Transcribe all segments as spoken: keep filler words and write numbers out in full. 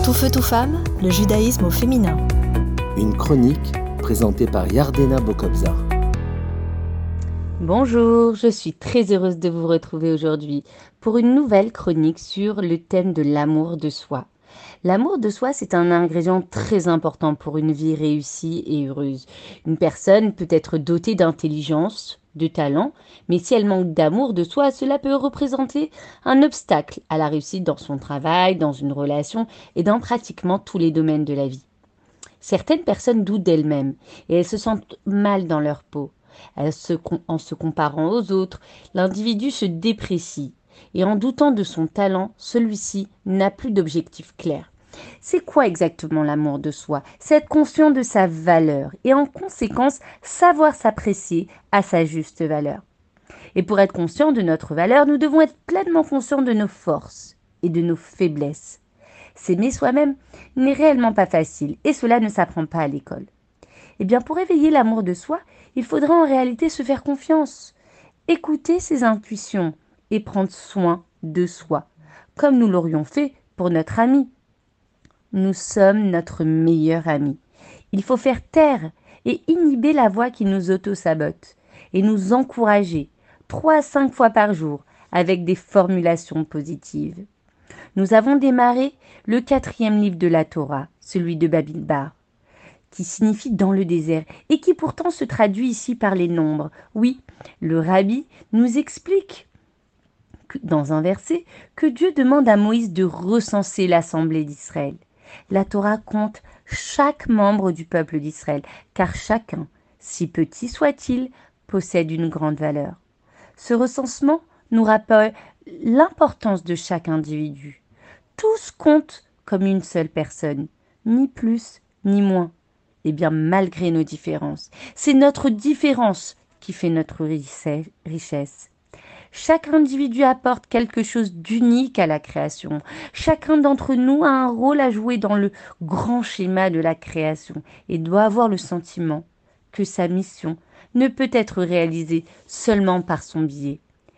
Tout feu, tout femme, le judaïsme au féminin. Une chronique présentée par Yardena Bokobzar. Bonjour, je suis très heureuse de vous retrouver aujourd'hui pour une nouvelle chronique sur le thème de l'amour de soi. L'amour de soi, c'est un ingrédient très important pour une vie réussie et heureuse. Une personne peut être dotée d'intelligence, de talent, mais si elle manque d'amour de soi, cela peut représenter un obstacle à la réussite dans son travail, dans une relation et dans pratiquement tous les domaines de la vie. Certaines personnes doutent d'elles-mêmes et elles se sentent mal dans leur peau. Elles se, en se comparant aux autres, l'individu se déprécie et en doutant de son talent, celui-ci n'a plus d'objectif clair. C'est quoi exactement l'amour de soi? C'est être conscient de sa valeur et en conséquence savoir s'apprécier à sa juste valeur. Et pour être conscient de notre valeur, nous devons être pleinement conscients de nos forces et de nos faiblesses. S'aimer soi-même n'est réellement pas facile et cela ne s'apprend pas à l'école. Eh bien, pour éveiller l'amour de soi, il faudra en réalité se faire confiance, écouter ses intuitions et prendre soin de soi, comme nous l'aurions fait pour notre ami. Nous sommes notre meilleur ami. Il faut faire taire et inhiber la voix qui nous auto-sabote et nous encourager trois à cinq fois par jour avec des formulations positives. Nous avons démarré le quatrième livre de la Torah, celui de Bamidbar, qui signifie dans le désert et qui pourtant se traduit ici par les nombres. Oui, le rabbi nous explique dans un verset que Dieu demande à Moïse de recenser l'assemblée d'Israël. La Torah compte chaque membre du peuple d'Israël, car chacun, si petit soit-il, possède une grande valeur. Ce recensement nous rappelle l'importance de chaque individu. Tous comptent comme une seule personne, ni plus ni moins. Eh bien, malgré nos différences, c'est notre différence qui fait notre richesse. Chaque individu apporte quelque chose d'unique à la création. Chacun d'entre nous a un rôle à jouer dans le grand schéma de la création et doit avoir le sentiment que sa mission ne peut être réalisée seulement par son biais.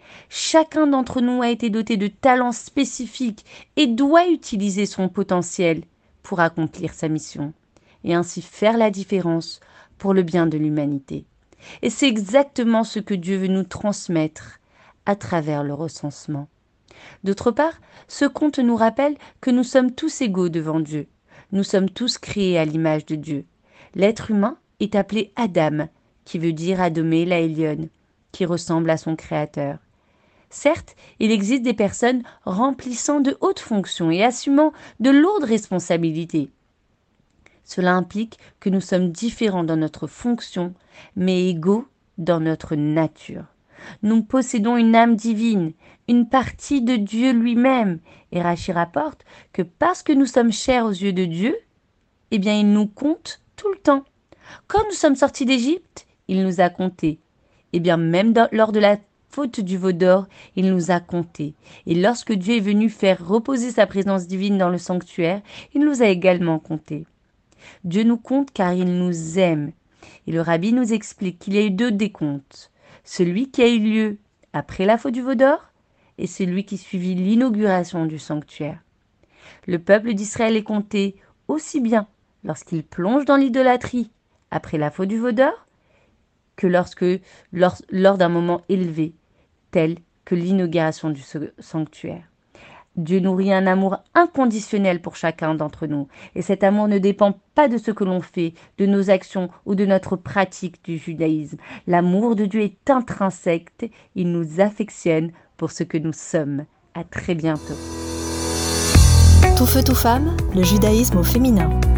Chacun d'entre nous a été doté de talents spécifiques et doit utiliser son potentiel pour accomplir sa mission et ainsi faire la différence pour le bien de l'humanité. Et c'est exactement ce que Dieu veut nous transmettre à travers le recensement. D'autre part, ce conte nous rappelle que nous sommes tous égaux devant Dieu. Nous sommes tous créés à l'image de Dieu. L'être humain est appelé Adam, qui veut dire Adomé Laélion, qui ressemble à son créateur. Certes, il existe des personnes remplissant de hautes fonctions et assumant de lourdes responsabilités. Cela implique que nous sommes différents dans notre fonction, mais égaux dans notre nature. Nous possédons une âme divine, une partie de Dieu lui-même. Et Rachi rapporte que parce que nous sommes chers aux yeux de Dieu, eh bien il nous compte tout le temps. Quand nous sommes sortis d'Égypte, il nous a comptés. Eh bien même dans, lors de la faute du veau d'or, il nous a comptés. Et lorsque Dieu est venu faire reposer sa présence divine dans le sanctuaire, il nous a également comptés. Dieu nous compte car il nous aime. Et le rabbi nous explique qu'il y a eu deux décomptes. Celui qui a eu lieu après la faute du veau d'or et celui qui suivit l'inauguration du sanctuaire. Le peuple d'Israël est compté aussi bien lorsqu'il plonge dans l'idolâtrie après la faute du veau d'or que lorsque, lors, lors d'un moment élevé, tel que l'inauguration du sanctuaire. Dieu nourrit un amour inconditionnel pour chacun d'entre nous. Et cet amour ne dépend pas de ce que l'on fait, de nos actions ou de notre pratique du judaïsme. L'amour de Dieu est intrinsèque. Il nous affectionne pour ce que nous sommes. À très bientôt. Tout feu, tout femme, le judaïsme au féminin.